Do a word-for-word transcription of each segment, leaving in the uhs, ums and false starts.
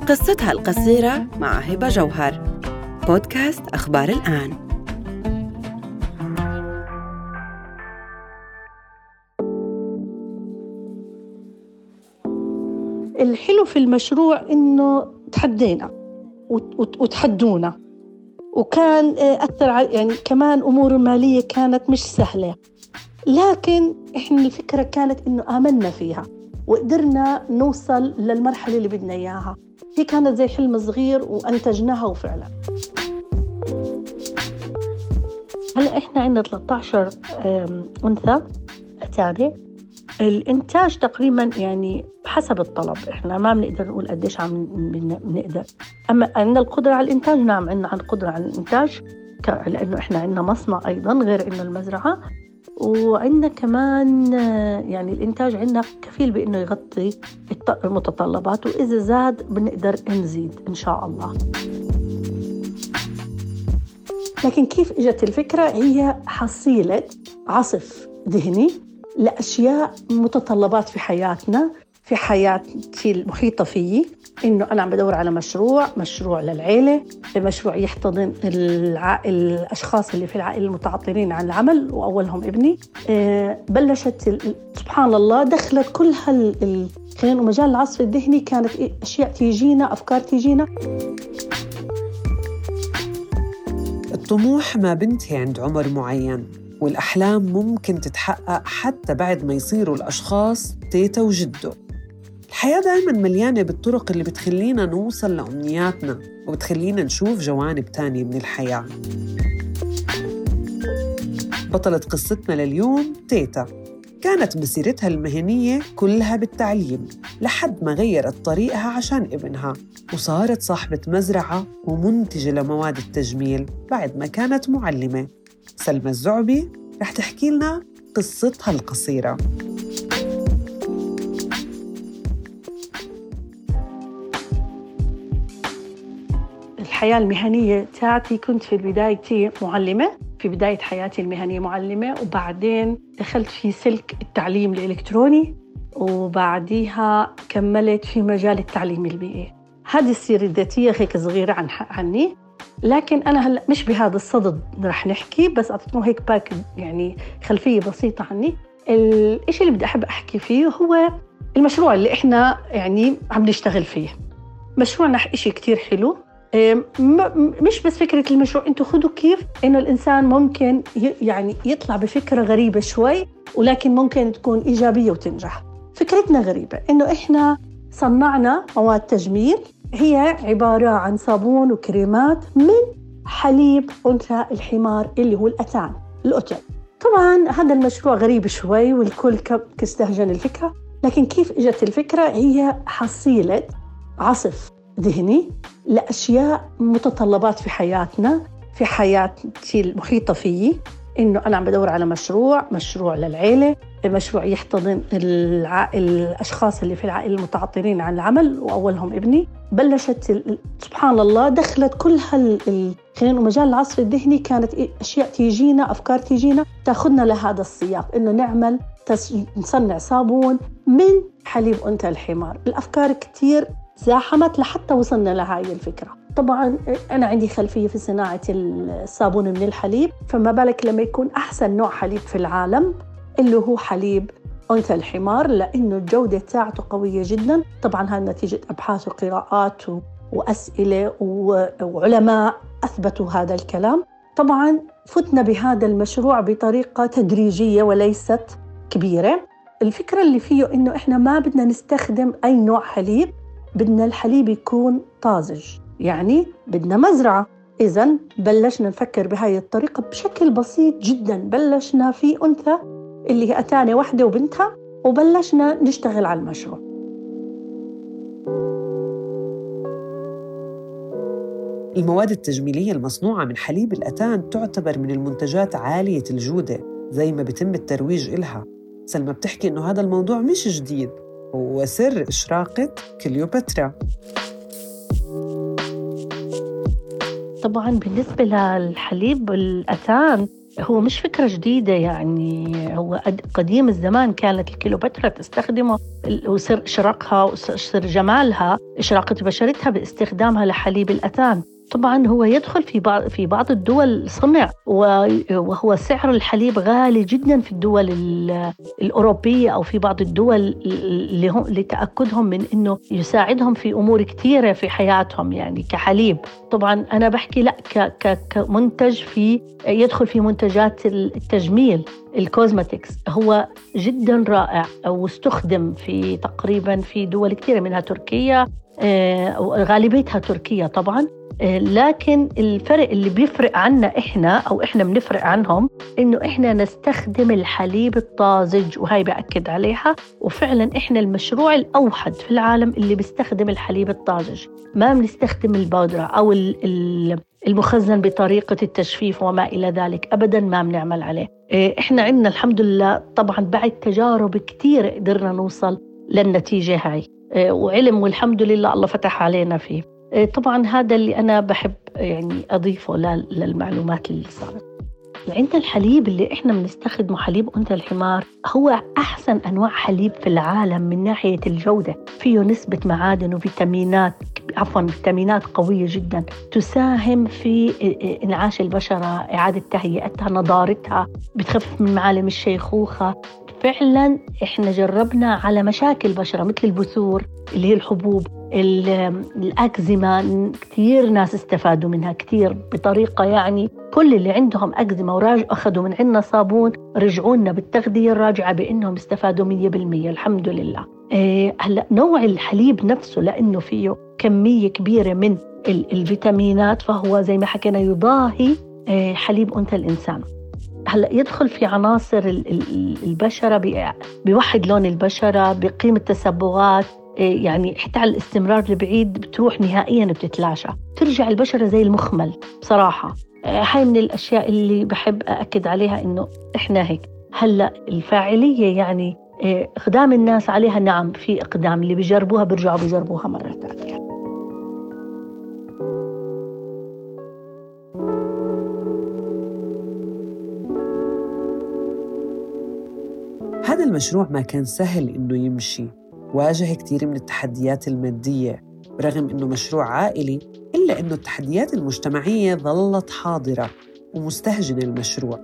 قصتها القصيرة مع هبة جوهر. بودكاست أخبار الآن. الحلو في المشروع إنه تحدينا وتحدونا، وكان أثر على يعني كمان أمور مالية كانت مش سهلة، لكن إحنا الفكرة كانت إنه آمنا فيها وقدرنا نوصل للمرحلة اللي بدنا إياها. هي كانت زي حلم صغير وأنتجناها وفعلا. هلأ إحنا عندنا ثلاثة عشر أنثى أتاني. الإنتاج تقريباً يعني حسب الطلب، إحنا ما بنقدر نقول قديش عم بنقدر، أما عندنا القدرة على الإنتاج، نعم عندنا القدرة على الإنتاج لأنه إحنا عندنا مصنع أيضاً غير إنه المزرعة، وعندنا كمان يعني الإنتاج عندنا كفيل بإنه يغطي المتطلبات، وإذا زاد بنقدر نزيد إن شاء الله. لكن كيف إجت الفكرة؟ هي حصيلة عصف ذهني لأشياء متطلبات في حياتنا، في حياتي المحيطة فيي، إنه أنا عم بدور على مشروع مشروع للعيلة، مشروع يحتضن العائل الأشخاص اللي في العائلة المتعطلين عن العمل وأولهم ابني. أه بلشت سبحان الله دخلت كل هال خلينا مجال العصف الذهني، كانت أشياء تيجينا، أفكار تيجينا. الطموح ما بنتهي عند عمر معين، والأحلام ممكن تتحقق حتى بعد ما يصيروا الأشخاص تيتا وجدو. الحياة دائماً مليانة بالطرق اللي بتخلينا نوصل لأمنياتنا وبتخلينا نشوف جوانب تانية من الحياة. بطلة قصتنا لليوم تيتا، كانت مسيرتها المهنية كلها بالتعليم لحد ما غيرت طريقها عشان ابنها، وصارت صاحبة مزرعة ومنتجة لمواد التجميل بعد ما كانت معلمة. سلمى الزعبي رح تحكي لنا قصتها القصيرة. الحياة المهنية تاعتي، كنت في بدايتي معلمة، في بداية حياتي المهنية معلمة، وبعدين دخلت في سلك التعليم الإلكتروني، وبعديها كملت في مجال التعليم البيئي. هذه السيرة الذاتية هيك صغيرة عن عني، لكن أنا هلأ مش بهذا الصدد رح نحكي، بس أعطيكم هيك باك يعني خلفية بسيطة عني. الإشي اللي بدي أحب أحكي فيه هو المشروع اللي إحنا يعني عم نشتغل فيه. مشروعنا إشي كتير حلو، مش بس فكرة المشروع، أنتوا خدوا كيف إنه الإنسان ممكن يعني يطلع بفكرة غريبة شوي، ولكن ممكن تكون إيجابية وتنجح. فكرتنا غريبة إنه إحنا صنعنا مواد تجميل، هي عبارة عن صابون وكريمات من حليب أنثى الحمار اللي هو الأتان الأتن. طبعاً هذا المشروع غريب شوي والكل كاستهجن الفكرة، لكن كيف إجت الفكرة؟ هي حصيلة عصف ذهني لأشياء متطلبات في حياتنا، في حياتي المحيطة فيي، إنه أنا عم بدور على مشروع مشروع للعيلة، مشروع يحتضن العائل الأشخاص اللي في العائلة المتعطلين عن العمل وأولهم ابني. بلشت سبحان الله دخلت كل هال خلينا مجال العصف الذهني، كانت أشياء تيجينا، أفكار تيجينا تأخذنا لهذا السياق، إنه نعمل نصنع صابون من حليب أنثى الحمار. الأفكار كتير زاحمت لحتى وصلنا لهاي الفكرة. طبعاً أنا عندي خلفية في صناعة الصابون من الحليب، فما بالك لما يكون أحسن نوع حليب في العالم اللي هو حليب أنثى الحمار، لأنه الجودة تاعته قوية جداً. طبعاً هذا نتيجة أبحاث وقراءات وأسئلة وعلماء أثبتوا هذا الكلام. طبعاً فتنا بهذا المشروع بطريقة تدريجية وليست كبيرة. الفكرة اللي فيه إنه إحنا ما بدنا نستخدم أي نوع حليب، بدنا الحليب يكون طازج، يعني بدنا مزرعة. إذن بلشنا نفكر بهاي الطريقة بشكل بسيط جداً. بلشنا في أنثى اللي هي أتاني واحدة وبنتها، وبلشنا نشتغل على المشروع. المواد التجميلية المصنوعة من حليب الأتان تعتبر من المنتجات عالية الجودة زي ما بيتم الترويج إلها. سلمى بتحكي إنه هذا الموضوع مش جديد، هو سر إشراقة كليوباترا. طبعاً بالنسبة للحليب الأتان هو مش فكرة جديدة، يعني هو قديم الزمان كانت الكليوباترا تستخدمه وسر شرقها وسر جمالها إشراقة بشرتها باستخدامها لحليب الأتان. طبعا هو يدخل في بعض في بعض الدول صنع، وهو سعر الحليب غالي جدا في الدول الأوروبية أو في بعض الدول اللي هم لتأكدهم من إنه يساعدهم في أمور كثيرة في حياتهم يعني كحليب. طبعا أنا بحكي لا كمنتج في يدخل في منتجات التجميل الكوزماتيكس، هو جدا رائع واستخدم في تقريبا في دول كثيرة منها تركيا، غالبيتها تركيا طبعا. لكن الفرق اللي بيفرق عنا إحنا أو إحنا بنفرق عنهم إنه إحنا نستخدم الحليب الطازج، وهاي بأكد عليها. وفعلا إحنا المشروع الأوحد في العالم اللي بيستخدم الحليب الطازج، ما بنستخدم البودرة أو المخزن بطريقة التجفيف وما إلى ذلك، أبدا ما بنعمل عليه. إحنا عندنا الحمد لله طبعا بعد تجارب كتير قدرنا نوصل للنتيجة هاي، وعلم والحمد لله الله فتح علينا فيه. طبعا هذا اللي أنا بحب يعني أضيفه للمعلومات اللي صارت. عندنا الحليب اللي إحنا بنستخدمه حليب أنثى الحمار، هو أحسن أنواع حليب في العالم من ناحية الجودة، فيه نسبة معادن وفيتامينات عفوا فيتامينات قوية جدا تساهم في إنعاش البشرة، إعادة تهيئتها، نضارتها، بتخفف من معالم الشيخوخة. فعلا إحنا جربنا على مشاكل البشرة مثل البثور اللي هي الحبوب، الأكزيما، كتير ناس استفادوا منها كتير بطريقة يعني كل اللي عندهم أكزيما وراجع أخذوا من عندنا صابون رجعونا بالتغذية الراجعة بأنهم استفادوا مية بالمية الحمد لله. إيه هلأ نوع الحليب نفسه لأنه فيه كمية كبيرة من الفيتامينات فهو زي ما حكينا يضاهي إيه حليب أنثى الإنسان. هلأ يدخل في عناصر البشرة، بيوحد لون البشرة، بقيم التصبغات، يعني حتى على الاستمرار البعيد بتروح نهائياً بتتلاشى، ترجع البشرة زي المخمل بصراحة. هاي من الأشياء اللي بحب أأكد عليها إنه إحنا هيك. هلأ الفاعلية يعني إقدام الناس عليها، نعم في إقدام، اللي بيجربوها بيرجعوا بيجربوها مرة ثانية. هذا المشروع ما كان سهل إنه يمشي، واجه كتير من التحديات المادية. برغم إنه مشروع عائلي إلا إنه التحديات المجتمعية ظلت حاضرة ومستهجنة المشروع.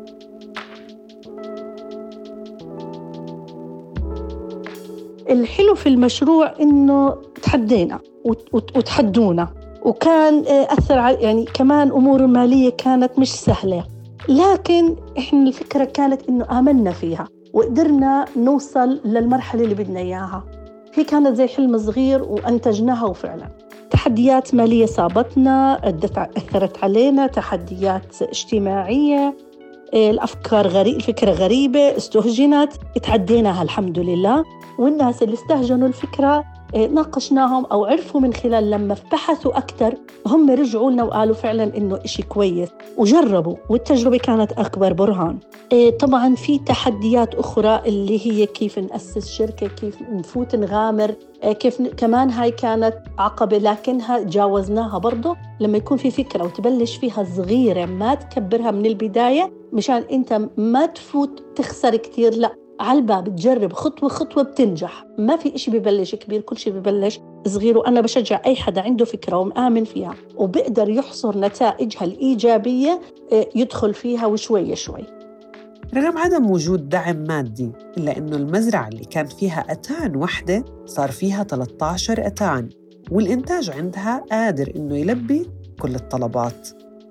الحلو في المشروع إنه تحدينا وتحدونا، وكان أثر على يعني كمان أمور مالية كانت مش سهلة، لكن إحنا الفكرة كانت إنه آمنا فيها وقدرنا نوصل للمرحلة اللي بدنا إياها. هي كانت زي حلم صغير وأنتجناها، وفعلا تحديات مالية صابتنا، أثرت علينا، تحديات اجتماعية، الأفكار غريبة، الفكرة غريبة استهجنت، اتعديناها الحمد لله. والناس اللي استهجنوا الفكرة ناقشناهم أو عرفوا من خلال لما بحثوا أكتر، هم رجعوا لنا وقالوا فعلا إنه إشي كويس وجربوا، والتجربة كانت أكبر برهان. طبعا في تحديات أخرى اللي هي كيف نأسس شركة، كيف نفوت نغامر، كيف ن... كمان هاي كانت عقبة، لكنها جاوزناها برضو. لما يكون في فكرة وتبلش فيها صغيرة ما تكبرها من البداية مشان أنت ما تفوت تخسر كتير، لا على الباب تجرب خطوة خطوة بتنجح. ما في إشي ببلش كبير، كل شيء ببلش صغير. وأنا بشجع أي حدا عنده فكرة ومآمن فيها وبقدر يحصر نتائجها الإيجابية يدخل فيها وشوي شوي. رغم عدم وجود دعم مادي، إلا إنه المزرعة اللي كان فيها أتان وحدة صار فيها ثلاثة عشر أتان، والإنتاج عندها قادر إنه يلبي كل الطلبات.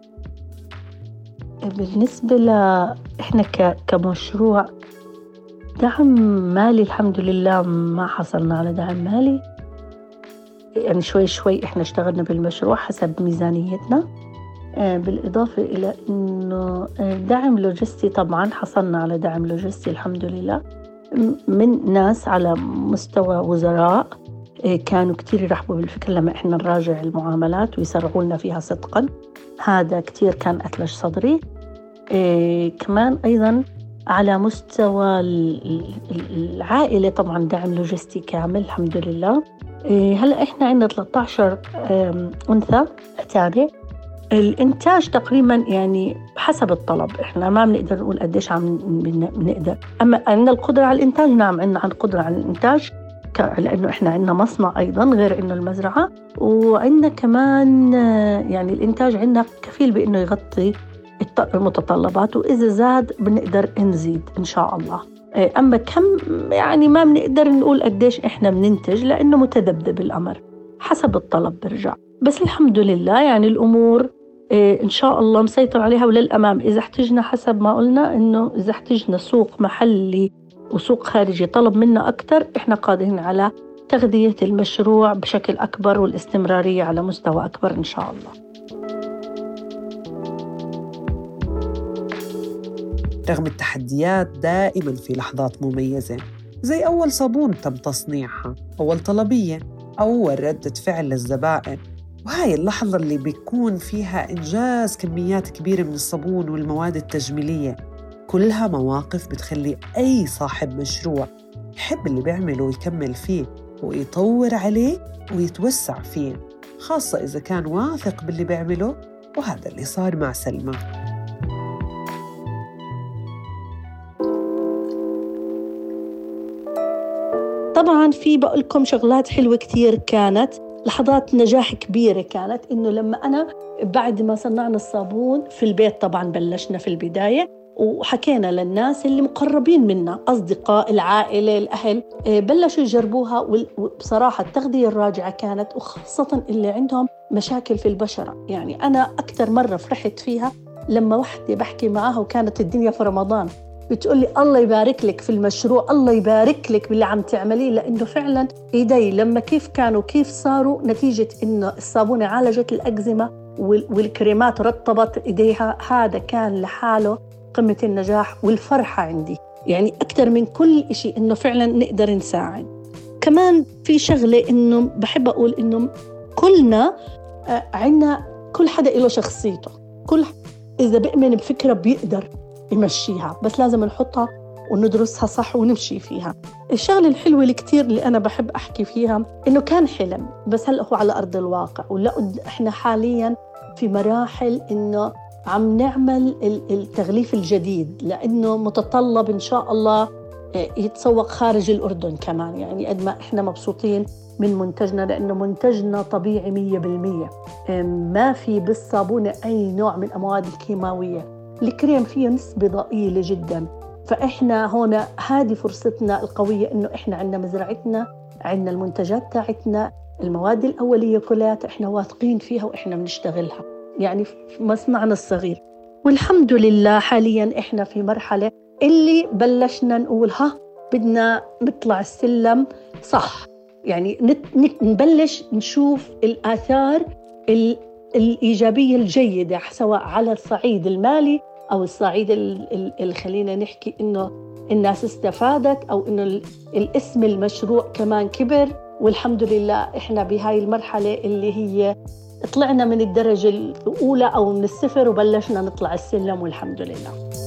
بالنسبة لإحنا كمشروع دعم مالي الحمد لله ما حصلنا على دعم مالي، يعني شوي شوي إحنا اشتغلنا بالمشروع حسب ميزانيتنا. بالإضافة إلى إنه دعم لوجستي، طبعاً حصلنا على دعم لوجستي الحمد لله من ناس على مستوى وزراء كانوا كتير يرحبوا بالفكرة لما إحنا نراجع المعاملات ويسرعوا لنا فيها صدقاً. هذا كتير كان أثلج صدري. كمان أيضاً على مستوى العائلة طبعاً دعم لوجستي كامل الحمد لله. هلأ إحنا عندنا ثلاثة عشر أنثى تانية، الإنتاج تقريباً يعني حسب الطلب، إحنا ما بنقدر نقول قديش عم بنقدر. أما عندنا القدرة على الإنتاج، نعم عندنا القدرة على الإنتاج، لأنه إحنا عندنا مصنع أيضاً غير إنه المزرعة، وعندنا كمان يعني الإنتاج عندنا كفيل بإنه يغطي المتطلبات، وإذا زاد بنقدر نزيد إن شاء الله. أما كم يعني ما بنقدر نقول قديش إحنا بننتج، لأنه متذبذب الأمر حسب الطلب برجع. بس الحمد لله يعني الأمور إن شاء الله مسيطر عليها وللأمام. إذا احتجنا حسب ما قلنا إنه إذا احتجنا سوق محلي وسوق خارجي طلب منا أكتر، إحنا قادرين على تغذية المشروع بشكل أكبر والاستمرارية على مستوى أكبر إن شاء الله. رغم التحديات دائماً في لحظات مميزة، زي أول صابون تم تصنيعها، أول طلبية، أول ردة فعل للزبائن، وهاي اللحظة اللي بيكون فيها إنجاز كميات كبيرة من الصابون والمواد التجميلية. كلها مواقف بتخلي أي صاحب مشروع يحب اللي بيعمله ويكمل فيه ويطور عليه ويتوسع فيه، خاصة إذا كان واثق باللي بيعمله. وهذا اللي صار مع سلمى. طبعاً في بقولكم شغلات حلوة كتير، كانت لحظات نجاح كبيرة. كانت إنه لما أنا بعد ما صنعنا الصابون في البيت، طبعاً بلشنا في البداية وحكينا للناس اللي مقربين منا، أصدقاء العائلة الأهل، بلشوا يجربوها. وبصراحة التغذية الراجعة كانت، وخاصة اللي عندهم مشاكل في البشرة. يعني أنا أكتر مرة فرحت فيها لما وحدة بحكي معاها وكانت الدنيا في رمضان، بتقول لي الله يبارك لك في المشروع، الله يبارك لك باللي عم تعمليه، لأنه فعلا إيدي لما كيف كانوا كيف صاروا نتيجة إنه الصابونة عالجت الأكزيما والكريمات رطبت إيديها. هذا كان لحاله قمة النجاح والفرحة عندي، يعني أكتر من كل إشي إنه فعلا نقدر نساعد. كمان في شغلة إنه بحب أقول إنه كلنا عنا، كل حدا له شخصيته، كل إذا بيؤمن بفكرة بيقدر يمشيها، بس لازم نحطها وندرسها صح ونمشي فيها. الشغلة الحلوة اللي كتير اللي أنا بحب أحكي فيها إنه كان حلم، بس هلأ هو على أرض الواقع. ولا إحنا حالياً في مراحل إنه عم نعمل التغليف الجديد، لأنه متطلب إن شاء الله يتسوق خارج الأردن كمان. يعني قد ما إحنا مبسوطين من منتجنا، لأنه منتجنا طبيعي مية بالمية، ما في بالصابونة أي نوع من المواد الكيماوية. الكريم فيه نسبة ضئيلة جداً. فإحنا هنا هذه فرصتنا القوية، إنه إحنا عندنا مزرعتنا، عندنا المنتجات تاعتنا، المواد الأولية كلها إحنا واثقين فيها وإحنا بنشتغلها، يعني في مصنعنا الصغير. والحمد لله حالياً إحنا في مرحلة اللي بلشنا نقول ها بدنا نطلع السلم صح، يعني نبلش نشوف الآثار الإيجابية الجيدة، سواء على الصعيد المالي أو الصعيد اللي خلينا نحكي إنه الناس استفادت، أو إنه الاسم المشروع كمان كبر. والحمد لله إحنا بهاي المرحلة اللي هي طلعنا من الدرجة الأولى أو من الصفر وبلشنا نطلع السلم، والحمد لله.